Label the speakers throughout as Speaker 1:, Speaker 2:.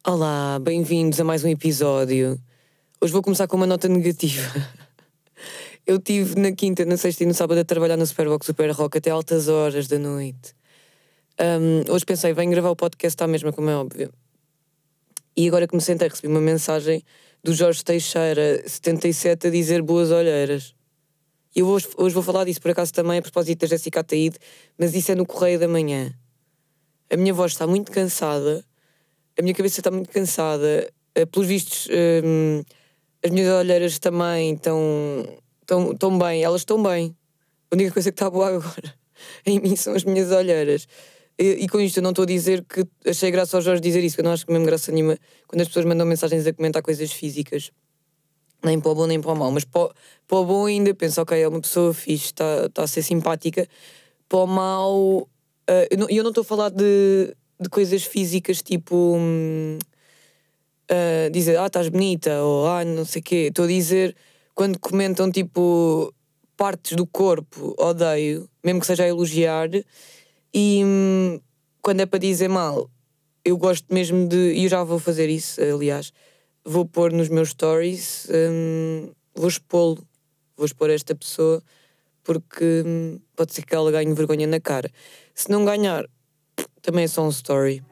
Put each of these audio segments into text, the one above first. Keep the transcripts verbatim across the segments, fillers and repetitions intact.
Speaker 1: Olá, bem-vindos a mais um episódio. Hoje vou começar com uma nota negativa. Eu estive na quinta, na sexta e no sábado a trabalhar no Superbox Super Rock até altas horas da noite. Um, hoje pensei, venho gravar o podcast à mesma, como é óbvio. E agora que me sentei, recebi uma mensagem do Jorge Teixeira, setenta e sete, a dizer boas olheiras. E eu hoje, hoje vou falar disso, por acaso também, a propósito da Jéssica Ataíde, mas isso é no Correio da Manhã. A minha voz está muito cansada, a minha cabeça está muito cansada, uh, pelos vistos, um, as minhas olheiras também estão, estão, estão bem, elas estão bem. A única coisa que está boa agora em mim são as minhas olheiras. E, e com isto eu não estou a dizer que achei graça ao Jorge dizer isso, que eu não acho que mesmo graça nenhuma quando as pessoas mandam mensagens a comentar coisas físicas. Nem para o bom nem para o mau, mas para o, para o bom ainda penso, ok, é uma pessoa fixe, está, está a ser simpática. Para o mau, uh, eu, não, eu não estou a falar de, de coisas físicas tipo hum, uh, dizer, ah, estás bonita, ou ah, não sei o quê. Estou a dizer, quando comentam tipo partes do corpo, odeio, mesmo que seja a elogiar, e hum, quando é para dizer mal, eu gosto mesmo de, e eu já vou fazer isso, aliás, vou pôr nos meus stories, hum, vou expô-lo, vou expor esta pessoa, porque hum, pode ser que ela ganhe vergonha na cara. Se não ganhar, também é só um story.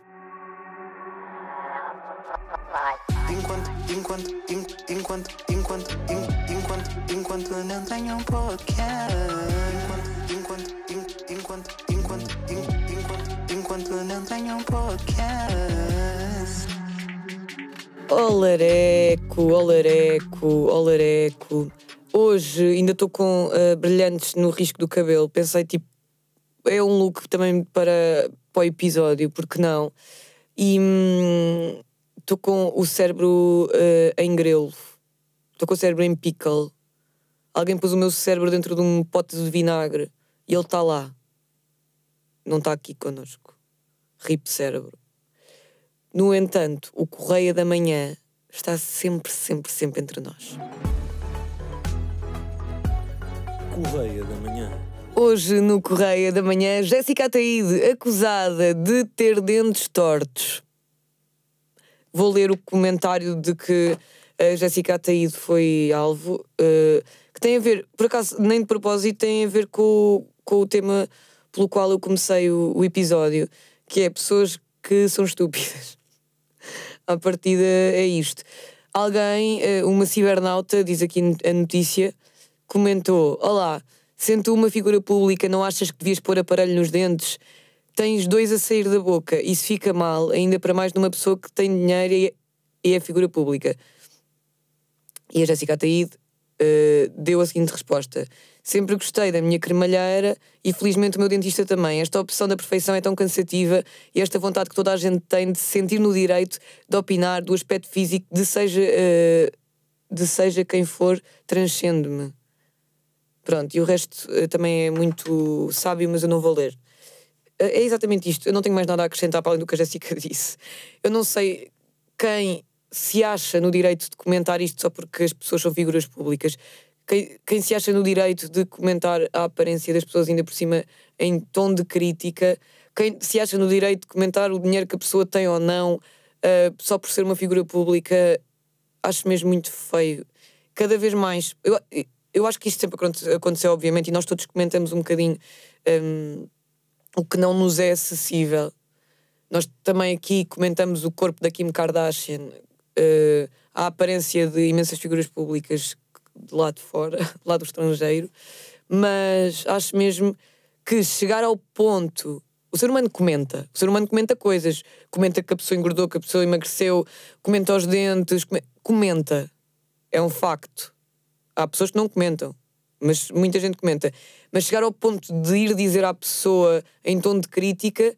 Speaker 2: Enquanto, enquanto, enquanto, enquanto, enquanto, enquanto, enquanto não tenho um podcast. Enquanto, enquanto, enquanto, enquanto, enquanto, enquanto não tenho um podcast.
Speaker 1: Olareco, olareco, olareco. Hoje ainda estou com uh, brilhantes no risco do cabelo. Pensei, tipo, é um look também para, para o episódio, porque não? E estou hum, com o cérebro uh, em grelo. Estou com o cérebro em pickle. Alguém pôs o meu cérebro dentro de um pote de vinagre e ele está lá. Não está aqui connosco. Rip cérebro. No entanto, o Correio da Manhã está sempre, sempre, sempre entre nós.
Speaker 3: Correia da Manhã.
Speaker 1: Hoje, no Correio da Manhã, Jéssica Ataíde, acusada de ter dentes tortos. Vou ler o comentário de que a Jéssica Ataíde foi alvo, uh, que tem a ver, por acaso, nem de propósito, tem a ver com, com o tema pelo qual eu comecei o, o episódio, que é pessoas que são estúpidas. À partida é isto. Alguém, uma cibernauta, diz aqui a notícia, comentou: olá, sendo tu uma figura pública, não achas que devias pôr aparelho nos dentes? Tens dois a sair da boca, isso fica mal, ainda para mais numa pessoa que tem dinheiro e, e é figura pública. E a Jéssica Ataíde uh, deu a seguinte resposta: sempre gostei da minha cremalheira e felizmente o meu dentista também. Esta opção da perfeição é tão cansativa e esta vontade que toda a gente tem de se sentir no direito de opinar do aspecto físico de seja, uh, de seja quem for, transcende-me. Pronto, e o resto uh, também é muito sábio, mas eu não vou ler. Uh, é exatamente isto, eu não tenho mais nada a acrescentar para além do que a Jéssica disse. Eu não sei quem se acha no direito de comentar isto só porque as pessoas são figuras públicas. Quem, quem se acha no direito de comentar a aparência das pessoas ainda por cima em tom de crítica, quem se acha no direito de comentar o dinheiro que a pessoa tem ou não, uh, só por ser uma figura pública, acho mesmo muito feio. Cada vez mais, eu, eu acho que isto sempre aconteceu, obviamente, e nós todos comentamos um bocadinho um, o que não nos é acessível. Nós também aqui comentamos o corpo da Kim Kardashian, uh, a aparência de imensas figuras públicas de lá de fora, lá do estrangeiro, mas acho mesmo que chegar ao ponto... O ser humano comenta, o ser humano comenta coisas, comenta que a pessoa engordou, que a pessoa emagreceu, comenta os dentes, come... comenta, é um facto. Há pessoas que não comentam, mas muita gente comenta. Mas chegar ao ponto de ir dizer à pessoa em tom de crítica,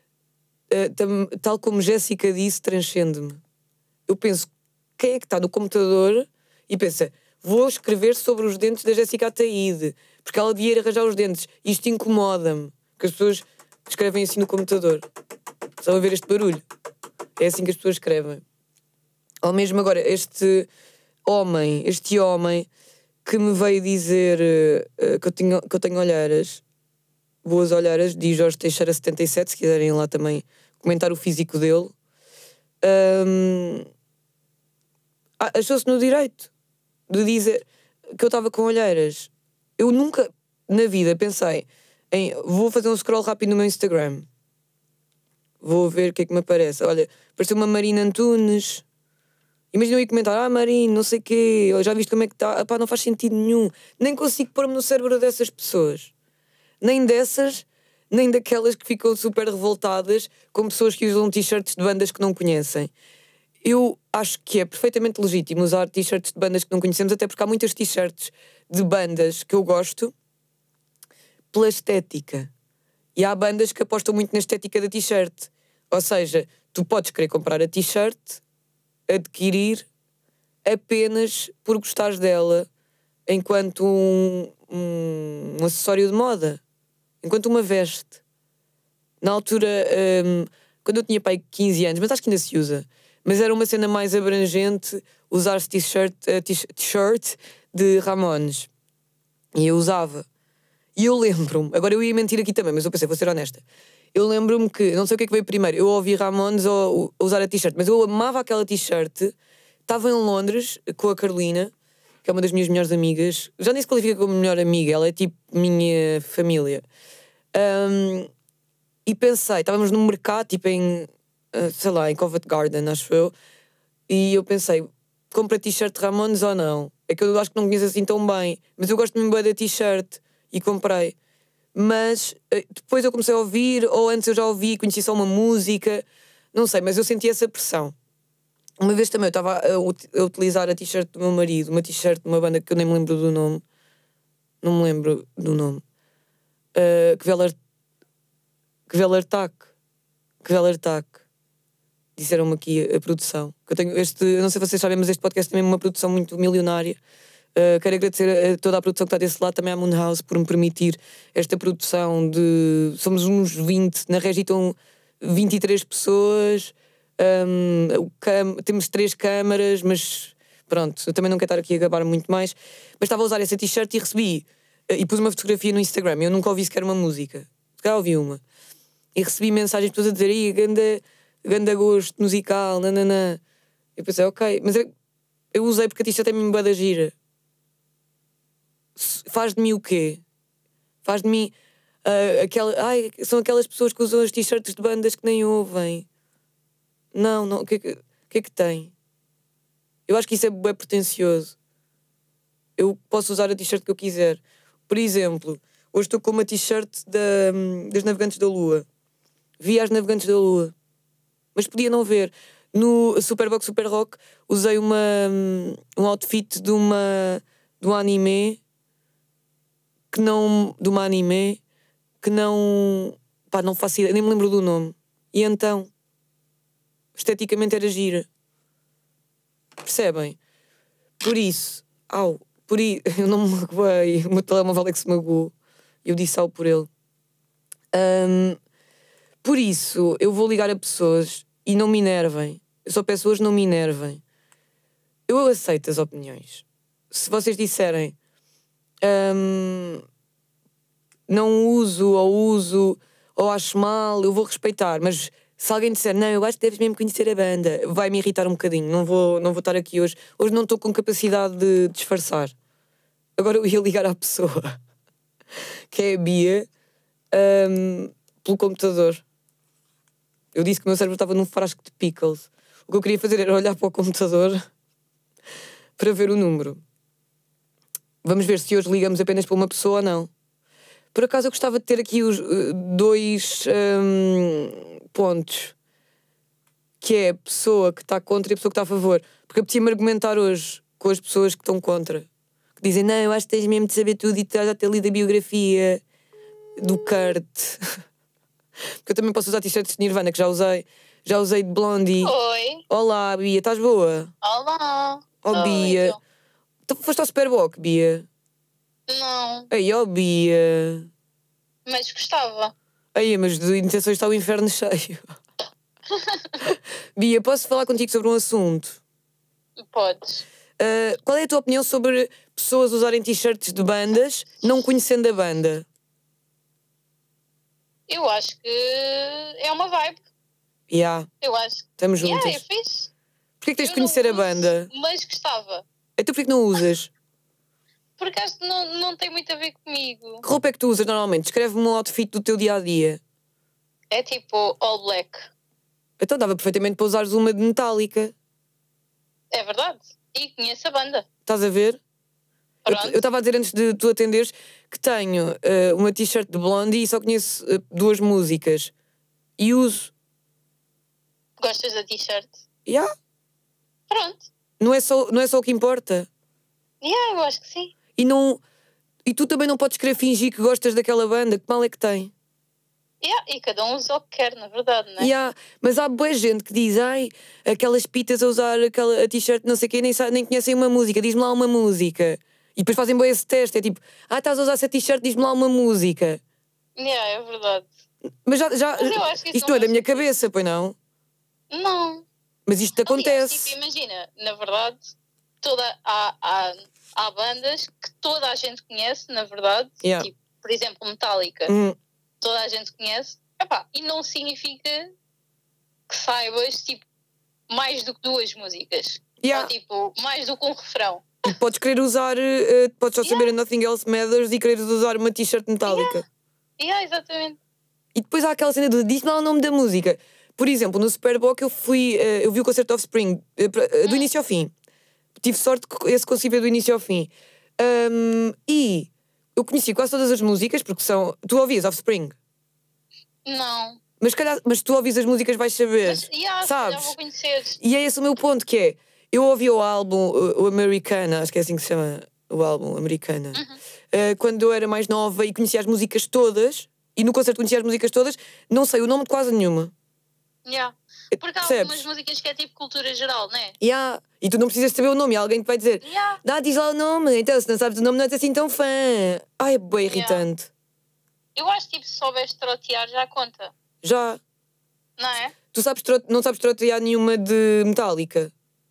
Speaker 1: uh, tam, tal como Jéssica disse, transcende-me. Eu penso, quem é que está no computador e pensa... Vou escrever sobre os dentes da Jéssica Ataíde, porque ela devia ir arranjar os dentes. Isto incomoda-me, que as pessoas escrevem assim no computador. Estão a ver este barulho? É assim que as pessoas escrevem. Ou mesmo agora, este homem, este homem que me veio dizer uh, que, eu tenho, que eu tenho olheiras, boas olheiras, diz Jorge Teixeira setenta e sete, se quiserem lá também comentar o físico dele. hum, achou-se no direito de dizer que eu estava com olheiras. Eu nunca na vida pensei em vou fazer um scroll rápido no meu Instagram, vou ver o que é que me aparece. Olha, apareceu uma Marina Antunes. Imagina eu ir comentar, ah Marina, não sei o quê, eu já viste como é que está. Pá, não faz sentido nenhum. Nem consigo pôr-me no cérebro dessas pessoas. Nem dessas, nem daquelas que ficam super revoltadas com pessoas que usam t-shirts de bandas que não conhecem. Eu acho que é perfeitamente legítimo usar t-shirts de bandas que não conhecemos, até porque há muitas t-shirts de bandas que eu gosto pela estética. E há bandas que apostam muito na estética da t-shirt. Ou seja, tu podes querer comprar a t-shirt, adquirir apenas por gostares dela enquanto um, um, um acessório de moda, enquanto uma veste. Na altura, um, quando eu tinha pai quinze anos, mas acho que ainda se usa, mas era uma cena mais abrangente usar-se t-shirt, uh, t-shirt de Ramones. E eu usava. E eu lembro-me, agora eu ia mentir aqui também, mas eu pensei, vou ser honesta. Eu lembro-me que, não sei o que é que veio primeiro, eu ouvi Ramones ou, ou usar a t-shirt, mas eu amava aquela t-shirt. Estava em Londres com a Carolina, que é uma das minhas melhores amigas. Já nem se qualifica como melhor amiga, ela é tipo minha família. Um, e pensei, estávamos num mercado, tipo em, uh, sei lá, em Covent Garden, acho eu. E eu pensei, compra t-shirt de Ramones ou não? É que eu acho que não conheço assim tão bem, mas eu gosto mesmo bem da t-shirt. E comprei. Mas depois eu comecei a ouvir, ou antes eu já ouvi, conheci só uma música, não sei, mas eu senti essa pressão. Uma vez também eu estava a, a utilizar a t-shirt do meu marido, uma t-shirt de uma banda que eu nem me lembro do nome, não me lembro do nome, uh, Kvelertak, Kvelertak, disseram-me aqui a, a produção. Que eu tenho este, eu não sei se vocês sabem, mas este podcast também é uma produção muito milionária. Uh, quero agradecer a toda a produção que está desse lado, também à Moonhouse, por me permitir esta produção de... Somos uns vinte, na Regi estão vinte e três pessoas, um, cam... temos três câmaras, mas pronto, eu também não quero estar aqui a gabar muito mais. Mas estava a usar essa t-shirt e recebi, uh, e pus uma fotografia no Instagram, eu nunca ouvi sequer uma música, já ouvi uma, e recebi mensagens de pessoas a dizer, ih, ganda, ganda gosto musical, nananã. Eu pensei, ok, mas eu, eu usei porque a t-shirt é mesmo bué da gira. Faz de mim o quê? Faz de mim uh, aquela... Ai, são aquelas pessoas que usam as t-shirts de bandas que nem ouvem. Não, não, o que, que, que é que tem? Eu acho que isso é bem pretencioso. Eu posso usar a t-shirt que eu quiser. Por exemplo, hoje estou com uma t-shirt da, das Navegantes da Lua. Vi as Navegantes da Lua, mas podia não ver. No Superbox Super Rock usei uma, um outfit de uma de um anime que não, de uma anime que não, pá, não faço ideia, nem me lembro do nome. E então, esteticamente era gira. Percebem? Por isso, au, por isso, eu não me magoei, o meu telemóvel é que se magoou. Eu disse au por ele. Um, por isso, eu vou ligar a pessoas e não me enervem. Eu só peço hoje, não me enervem. Eu aceito as opiniões. Se vocês disserem Um, não uso ou uso ou acho mal, eu vou respeitar, mas se alguém disser não, eu acho que deves mesmo conhecer a banda, vai-me irritar um bocadinho. Não vou, não vou estar aqui hoje. Hoje não estou com capacidade de disfarçar. Agora eu ia ligar à pessoa que é a Bia um, pelo computador. Eu disse que o meu cérebro estava num frasco de pickles. O que eu queria fazer era olhar para o computador para ver o número. Vamos ver se hoje ligamos apenas para uma pessoa ou não. Por acaso eu gostava de ter aqui os uh, dois um, pontos. Que é a pessoa que está contra e a pessoa que está a favor. Porque eu apetecia-me argumentar hoje com as pessoas que estão contra. Que dizem, não, eu acho que tens mesmo de saber tudo e estás a ter lido a biografia do Kurt. Porque eu também posso usar t-shirts de Nirvana, que já usei. Já usei de Blondie.
Speaker 4: Oi.
Speaker 1: Olá, Bia, estás boa?
Speaker 4: Olá.
Speaker 1: Oh, Bia.
Speaker 4: Oi,
Speaker 1: Tu foste ao Superboc, Bia?
Speaker 4: não,
Speaker 1: Ei, ó, Bia.
Speaker 4: mas gostava.
Speaker 1: Ei, mas de intenções está o inferno cheio. Bia, posso falar contigo sobre um assunto?
Speaker 4: Podes.
Speaker 1: Uh, qual é a tua opinião sobre pessoas usarem t-shirts de bandas não conhecendo a banda?
Speaker 4: Eu acho que é uma vibe.
Speaker 1: Yeah,
Speaker 4: Eu acho que
Speaker 1: estamos
Speaker 4: yeah,
Speaker 1: juntas.
Speaker 4: é fixe.
Speaker 1: Porquê que tens
Speaker 4: Eu
Speaker 1: de conhecer
Speaker 4: não
Speaker 1: a
Speaker 4: uso,
Speaker 1: banda?
Speaker 4: Mas gostava.
Speaker 1: Então porquê que não usas?
Speaker 4: Porque acho que não, não tem muito a ver comigo.
Speaker 1: Que roupa é que tu usas normalmente? Descreve-me um outfit do teu dia-a-dia.
Speaker 4: É tipo all black.
Speaker 1: Então dava perfeitamente para usares uma de Metallica.
Speaker 4: É verdade. E conheço a banda.
Speaker 1: Estás a ver? Eu
Speaker 4: Pronto.
Speaker 1: eu estava a dizer antes de tu atenderes que tenho eh, uma t-shirt de Blondie e só conheço eh, duas músicas. E uso.
Speaker 4: Gostas da t-shirt?
Speaker 1: Yeah.
Speaker 4: Pronto.
Speaker 1: Não é só, não é só o que importa.
Speaker 4: Yeah, eu acho que sim.
Speaker 1: E não. E tu também não podes querer fingir que gostas daquela banda. Que mal é que tem?
Speaker 4: Yeah, e cada um usa o que quer, na verdade, não é?
Speaker 1: E há- mas há boa gente que diz, ai, aquelas pitas a usar aquela a t-shirt não sei o quê, nem, sa- nem conhecem uma música, diz-me lá uma música. E depois fazem bem esse teste, é tipo, ah, estás a usar essa t-shirt, diz-me lá uma música.
Speaker 4: Yeah, é verdade.
Speaker 1: Mas já, já
Speaker 4: Mas eu acho que isso
Speaker 1: isto
Speaker 4: não
Speaker 1: não é da
Speaker 4: faz
Speaker 1: minha
Speaker 4: sentido.
Speaker 1: cabeça, pois não?
Speaker 4: Não.
Speaker 1: Mas isto
Speaker 4: Aliás,
Speaker 1: acontece.
Speaker 4: tipo, imagina, na verdade, toda, há, há, há bandas que toda a gente conhece, na verdade.
Speaker 1: Yeah.
Speaker 4: Tipo, por exemplo, Metallica.
Speaker 1: Hum,
Speaker 4: Toda a gente conhece. Epá, e não significa que saibas, tipo, mais do que duas músicas.
Speaker 1: yeah.
Speaker 4: Ou, tipo, mais do que um refrão.
Speaker 1: E podes querer usar, eh, podes só saber a Nothing Else Matters e quereres usar uma t-shirt metálica.
Speaker 4: Yeah, exatamente.
Speaker 1: E depois há aquela cena de diz-me lá o nome da música. Por exemplo, no Super Bowl que eu fui, eh, eu vi o concerto of Spring eh, pra- eh, do
Speaker 4: Hum.
Speaker 1: início ao fim. Tive sorte que esse consegui ver do início ao fim. Ahm, e eu conheci quase todas as músicas, porque são. Tu ouvias Offspring?
Speaker 4: Não.
Speaker 1: Mas, se calhar, mas se tu ouvis as músicas vais saber.
Speaker 4: Mas, yeah, se calhar
Speaker 1: sabes?
Speaker 4: vou conhecer.
Speaker 1: E é esse o meu ponto, que é, eu ouvi o álbum, o, o Americana, acho que é assim que se chama o álbum, Americana,
Speaker 4: Uhum.
Speaker 1: eh, quando eu era mais nova e conhecia as músicas todas, e no concerto conhecia as músicas todas, não sei o nome de quase nenhuma.
Speaker 4: Yeah. Porque há
Speaker 1: Percebes?
Speaker 4: algumas músicas que é tipo cultura geral, não é?
Speaker 1: E há- e tu não precisas saber o nome, e alguém te vai dizer,
Speaker 4: Yeah.
Speaker 1: dá, diz lá o nome, então se não sabes o nome não és assim tão fã. Ai, é bem
Speaker 4: Yeah.
Speaker 1: irritante.
Speaker 4: Eu acho que tipo, se souberes trotear já conta,
Speaker 1: Já,
Speaker 4: não é?
Speaker 1: tu sabes tro- não sabes trotear nenhuma de Metallica.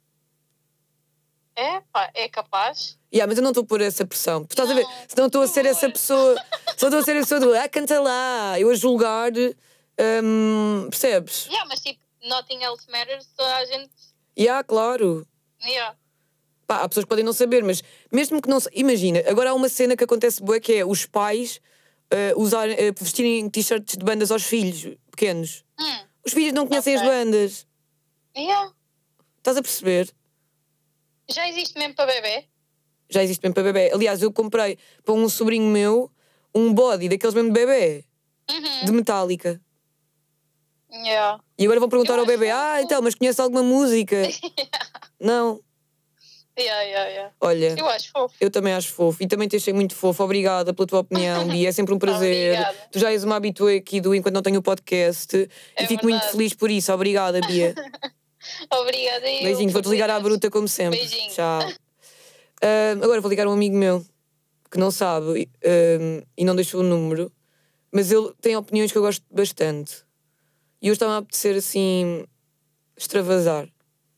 Speaker 4: É, pá, é capaz.
Speaker 1: Yeah, mas eu não estou a pôr essa pressão. Porque estás a ver?
Speaker 4: Não,
Speaker 1: Se não estou a
Speaker 4: por
Speaker 1: ser essa
Speaker 4: favor.
Speaker 1: pessoa. Só estou a ser a pessoa do ah, canta lá, eu a julgar. hum, percebes?
Speaker 4: Yeah, mas tipo, Nothing Else Matters, toda a gente.
Speaker 1: E há, claro.
Speaker 4: Yeah.
Speaker 1: Pá, há pessoas que podem não saber, mas mesmo que não. sa- Imagina, agora há uma cena que acontece boa que é os pais ah, usarem, ah, vestirem t-shirts de bandas aos filhos pequenos.
Speaker 4: Hum.
Speaker 1: Os filhos não conhecem
Speaker 4: Ok.
Speaker 1: as bandas.
Speaker 4: Yeah.
Speaker 1: Estás a perceber?
Speaker 4: Já existe mesmo para bebê?
Speaker 1: Já existe mesmo para bebê. Aliás, eu comprei para um sobrinho meu um body daqueles mesmo de bebê,
Speaker 4: Uhum.
Speaker 1: de Metallica.
Speaker 4: Yeah.
Speaker 1: E agora vão perguntar
Speaker 4: Eu
Speaker 1: ao bebê:
Speaker 4: acho
Speaker 1: ah,
Speaker 4: fofo.
Speaker 1: então, mas conhece alguma música? Não.
Speaker 4: Yeah, yeah, yeah.
Speaker 1: Olha,
Speaker 4: Eu acho fofo.
Speaker 1: eu também acho fofo e também te achei muito fofo. Obrigada pela tua opinião, Bia. É sempre um prazer.
Speaker 4: Obrigada.
Speaker 1: Tu já és uma habitué aqui do Enquanto Não Tenho o Podcast
Speaker 4: É
Speaker 1: e fico muito
Speaker 4: verdade.
Speaker 1: feliz por isso. Obrigada, Bia.
Speaker 4: Obrigada. eu,
Speaker 1: Beijinhos. Vou-te ligar à
Speaker 4: Felicidades.
Speaker 1: bruta como sempre.
Speaker 4: Beijinho.
Speaker 1: Tchau. Ah, agora vou ligar a um amigo meu que não sabe ah, e não deixou o número, mas ele tem opiniões que eu gosto bastante. E eu estava a apetecer assim extravasar.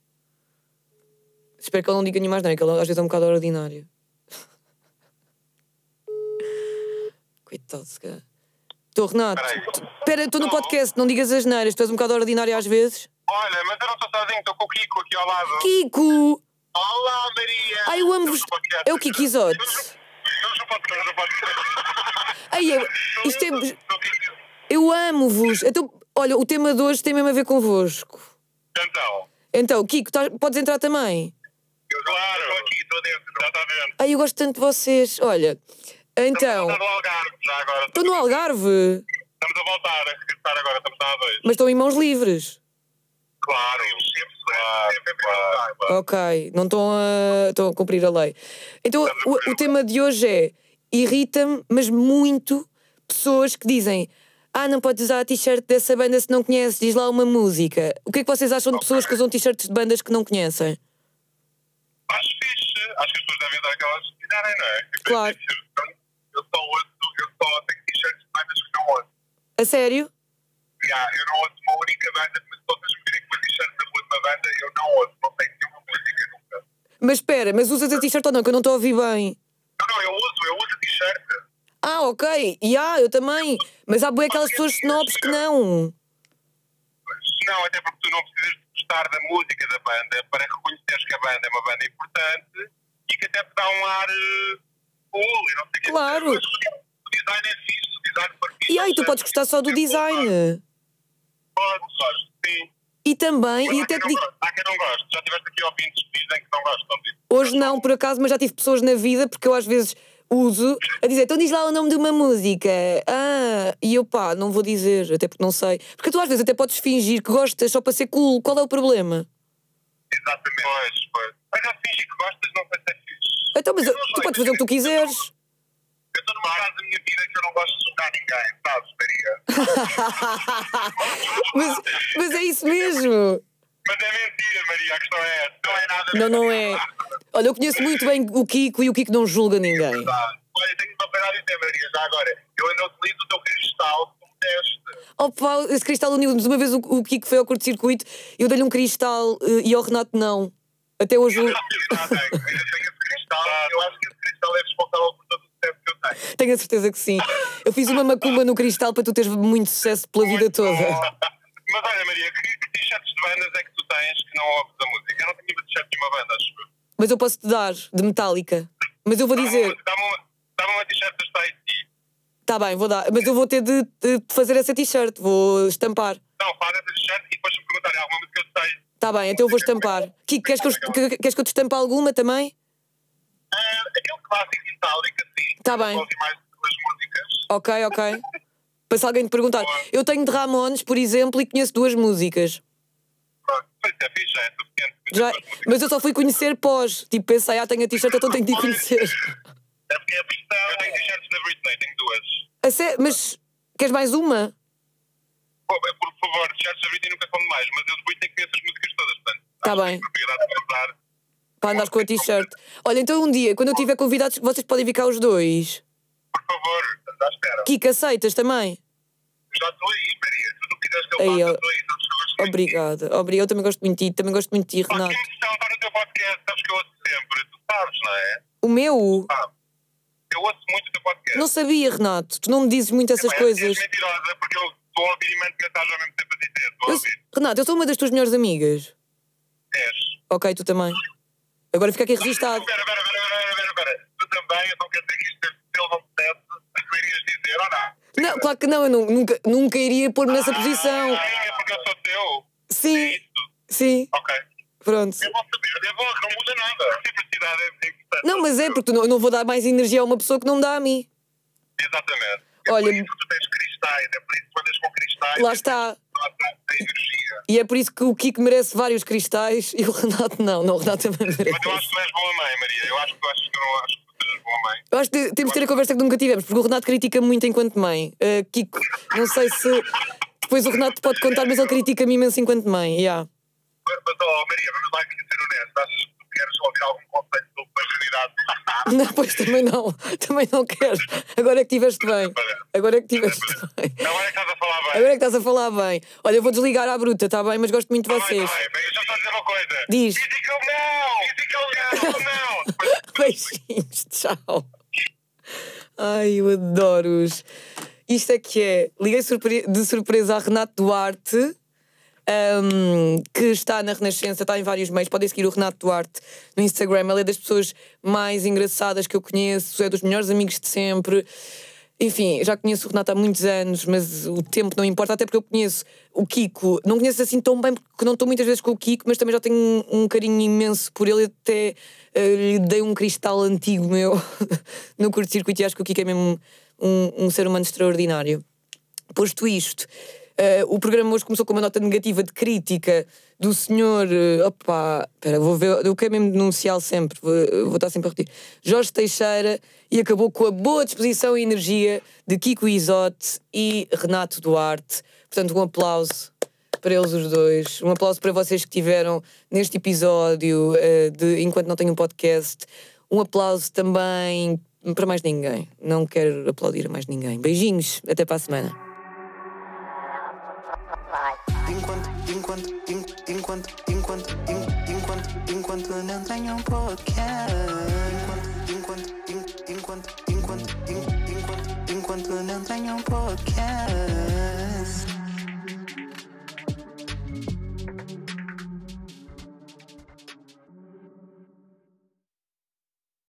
Speaker 1: Espero que ele não diga nenhuma mais nada, que ele às vezes é um bocado ordinário. Coitado, se calhar. Estou, Renato.
Speaker 5: Peraí.
Speaker 1: Espera, estou no podcast, não digas as neiras, tu és um bocado ordinário às vezes.
Speaker 5: Olha, mas eu não estou sozinho, estou com o Kiko aqui ao lado.
Speaker 1: Kiko!
Speaker 5: Olá, Maria!
Speaker 1: Ai, eu amo-vos.
Speaker 5: Estamos no podcast.
Speaker 1: É o Kiko Isote.
Speaker 5: Estamos no podcast, no podcast.
Speaker 1: Ai, eu, isto é.
Speaker 5: Sou o Kiko.
Speaker 1: Eu amo-vos. Então, olha, o tema de hoje tem mesmo a ver convosco.
Speaker 5: Então,
Speaker 1: Então, Kiko, tás- podes entrar também?
Speaker 5: eu claro. Estou aqui, estou dentro, já está dentro.
Speaker 1: Ai, eu gosto tanto de vocês. Olha, então.
Speaker 5: Estamos no Algarve, já agora.
Speaker 1: Estou no Algarve,
Speaker 5: Estamos a voltar, a regressar agora, estamos na A dois.
Speaker 1: mas estou em mãos livres.
Speaker 5: Claro, sempre, claro, sempre, claro. claro.
Speaker 1: Ok, não estão a, estão a cumprir a lei. Então, o, o tema de hoje é: irrita-me, mas muito, pessoas que dizem. Ah, não podes usar a t-shirt dessa banda se não conheces, diz lá uma música. O que é que vocês acham de pessoas que usam t-shirts de bandas que não conhecem?
Speaker 5: Acho fixe, acho que as pessoas devem dar aquelas que quiserem, não é?
Speaker 1: Claro.
Speaker 5: Eu só ouço, eu só tenho t-shirts de bandas que não ouço.
Speaker 1: A sério?
Speaker 5: Yeah, eu não ouço uma única banda, mas se vocês me virem com uma t-shirt da última banda, eu não ouço, não tenho nenhuma música nunca.
Speaker 1: Mas espera, mas usas a t-shirt ou não? Que eu não estou a ouvir bem.
Speaker 5: Não, não, eu uso, eu uso a t-shirt.
Speaker 1: Ah, ok. E ah, eu também. Mas há bué aquelas pessoas snobs que não.
Speaker 5: não, até porque tu não precisas de gostar da música da banda para reconheceres que a banda é uma banda importante e que até te dá um ar uh, cool e não sei o que.
Speaker 1: Claro.
Speaker 5: Mas o design é fixe, o design for fixe.
Speaker 1: E aí, tu podes gostar só do design.
Speaker 5: Pode, gosto, sim.
Speaker 1: E também,
Speaker 5: Mas
Speaker 1: e
Speaker 5: há
Speaker 1: até
Speaker 5: quem
Speaker 1: te
Speaker 5: não
Speaker 1: digo,
Speaker 5: goste, há quem não goste. Já tiveste aqui ouvintes que dizem que não gostam disso.
Speaker 1: hoje não, por acaso, mas já tive pessoas na vida, porque eu às vezes uso, a dizer, então diz lá o nome de uma música. Ah, e eu pá, não vou dizer, até porque não sei. Porque tu às vezes até podes fingir que gostas só para ser cool. Qual é o problema?
Speaker 5: Exatamente. Pois, pois. Mas eu fingir que gostas, não sei se é fixe.
Speaker 1: Então, mas
Speaker 5: Eu
Speaker 1: tu
Speaker 5: não sei,
Speaker 1: podes fazer o que tu quiseres.
Speaker 5: Eu estou numa fase da minha vida que eu não gosto de julgar ninguém, sabes, Maria?
Speaker 1: mas, mas é isso mesmo.
Speaker 5: Mas é mentira, Maria, a questão é essa. Não é nada.
Speaker 1: Não, não é. Olha, eu conheço muito bem o Kiko e o Kiko não julga ninguém.
Speaker 5: Olha, tenho uma coisa a dizer, Maria, já agora. Eu ainda utilizo o teu cristal como teste.
Speaker 1: Oh pá, esse cristal uniu-nos. Uma vez o, o Kiko foi ao curto-circuito e eu dei-lhe um cristal eh, e ao Renato não. Até hoje.
Speaker 5: Eu
Speaker 1: o-
Speaker 5: não fiz nada, eu ainda tenho esse cristal. Eu acho que esse cristal é responsável por todo o sucesso que eu tenho.
Speaker 1: Tenho a certeza que sim. Eu fiz uma macumba no cristal para tu teres muito sucesso pela vida toda.
Speaker 5: Mas olha, Maria, que, que t-shirts de bandas é que tu tens que não ouves a música? Eu não tenho t-shirt de uma banda, acho eu.
Speaker 1: Mas eu posso te dar, de Metallica. Mas eu vou
Speaker 5: Dá-me
Speaker 1: dizer.
Speaker 5: uma- Dá-me uma, dá-me uma t-shirt da Stacey.
Speaker 1: Tá bem, vou dar. Mas eu vou ter de, de fazer essa t-shirt. Vou estampar.
Speaker 5: Não, faz essa t-shirt e depois se me perguntarem alguma música eu sei.
Speaker 1: Tá bem, então eu vou estampar. Kiko, queres que eu, que- queres que eu te estampe alguma também?
Speaker 5: Ah, aquele clássico itálico, assim.
Speaker 1: Tá
Speaker 5: eu
Speaker 1: bem.
Speaker 5: ouvi mais as músicas.
Speaker 1: Ok, ok. Para se alguém te perguntar. Eu tenho de Ramones, por exemplo, e conheço duas músicas.
Speaker 5: Pronto, pois é, fixe, já é suficiente.
Speaker 1: Já,
Speaker 5: As músicas.
Speaker 1: mas eu só fui conhecer pós. Tipo, pensei, ah, tenho a t-shirt, então tenho de ir conhecer.
Speaker 5: É porque é a questão. Eu tenho t-shirts da Britney, tenho duas.
Speaker 1: A sé- mas queres mais uma?
Speaker 5: Pô, por favor, t-shirts da Britney nunca são demais, mas eu de Britney conheço as músicas todas, portanto.
Speaker 1: Tá
Speaker 5: acho
Speaker 1: bem.
Speaker 5: que propriedade de usar.
Speaker 1: Para andares com a t-shirt. Olha, então um dia, quando eu tiver convidados, vocês podem vir cá os dois.
Speaker 5: Por favor, estamos à espera.
Speaker 1: Kiko, aceitas também?
Speaker 5: Já estou aí, Maria. Se tu não quiseres que eu
Speaker 1: Aí,
Speaker 5: faça,
Speaker 1: ó.
Speaker 5: estou aí. Sabes que eu gosto muito de ti.
Speaker 1: Obrigada. Obrigada. Eu também gosto muito de ti. Também gosto muito de ti,
Speaker 5: Pá,
Speaker 1: Renato.
Speaker 5: que emoção estar no teu podcast. Sabes que eu ouço sempre. Tu sabes, não é?
Speaker 1: O meu?
Speaker 5: Sabes. Eu ouço muito o teu podcast.
Speaker 1: Não sabia, Renato. Tu não me dizes muito essas
Speaker 5: Pá,
Speaker 1: coisas.
Speaker 5: És mentirosa, porque eu estou a ouvir e mando mensagem ao mesmo tempo a dizer. Estou a
Speaker 1: Eu-
Speaker 5: ouvir.
Speaker 1: Renato, eu sou uma das tuas melhores amigas.
Speaker 5: És.
Speaker 1: Ok, tu também. Agora fica aqui registado.
Speaker 5: Espera, espera, espera, espera, espera, espera. Tu também, então quer dizer que isto, se ele não pudesse, tu irias dizer, ou não?
Speaker 1: Não, claro que não. Eu nu- nunca, nunca iria pôr-me nessa posição.
Speaker 5: Ah, é porque eu sou teu. É
Speaker 1: Sim,
Speaker 5: isso.
Speaker 1: sim.
Speaker 5: Ok.
Speaker 1: Pronto.
Speaker 5: É bom saber, é bom, não muda nada. A reciprocidade é importante.
Speaker 1: Não, mas é porque tu não- eu não vou dar mais energia a uma pessoa que não me dá a mim.
Speaker 5: Exatamente. É
Speaker 1: Olha-
Speaker 5: por isso que tu tens cristais, é por isso que tu andas com cristais.
Speaker 1: Lá está.
Speaker 5: Lá está a energia.
Speaker 1: E é por isso que o Kiko merece vários cristais e o Renato não. Não, o Renato também
Speaker 5: Mas eu
Speaker 1: merece.
Speaker 5: acho que tu és boa mãe, Maria. Eu acho que tu achas que eu não acho que tu sejas boa mãe.
Speaker 1: Eu acho que temos de ter a conversa que nunca tivemos, porque o Renato critica muito enquanto mãe. Uh, Kiko, não sei se. Depois o Renato pode contar, mas ele critica-me imenso enquanto mãe. Yeah.
Speaker 5: Mas, mas, oh, Maria, vamos lá aqui ser honesto. Achas que tu queres ouvir algum conceito sobre paternidade?
Speaker 1: Não, pois também não. Também não quero. Agora é que tiveste bem. Agora é que tiveste bem.
Speaker 5: Agora é que estás a falar bem.
Speaker 1: Agora é que estás a falar bem. Olha, eu vou desligar à bruta, está bem? Mas gosto muito de
Speaker 5: Tá bem,
Speaker 1: vocês.
Speaker 5: tá bem, bem, eu já estou a dizer uma coisa.
Speaker 1: Diz.
Speaker 5: Physical não! Physical não! Não!
Speaker 1: Beijinhos, tchau. Ai, eu adoro-os. Isto é que é. Liguei surpre- de surpresa a Renato Duarte, um, que está na Renascença, está em vários meios. Podem seguir o Renato Duarte no Instagram. Ele é das pessoas mais engraçadas que eu conheço, é dos melhores amigos de sempre. Enfim, já conheço o Renato há muitos anos, mas o tempo não importa, até porque eu conheço o Kiko. Não conheço assim tão bem, porque não estou muitas vezes com o Kiko, mas também já tenho um, um carinho imenso por ele. Até eh, lhe dei um cristal antigo meu no curto-circuito e acho que o Kiko é mesmo um, um ser humano extraordinário. Posto isto, eh, o programa hoje começou com uma nota negativa de crítica do senhor. eh, Opa, espera, vou ver. Eu quero mesmo denunciá-lo sempre, vou, vou estar sempre a repetir. Jorge Teixeira, e acabou com a boa disposição e energia de Kiko Isote e Renato Duarte. Portanto, um aplauso para eles os dois. Um aplauso para vocês que estiveram neste episódio eh, de Enquanto Não Tenho um Podcast. Um aplauso também para mais ninguém. Não quero aplaudir a mais ninguém. Beijinhos, até para a semana.
Speaker 2: Enquanto, enquanto, en- enquanto, enquanto, en- enquanto, enquanto não tenho um podcast. Enquanto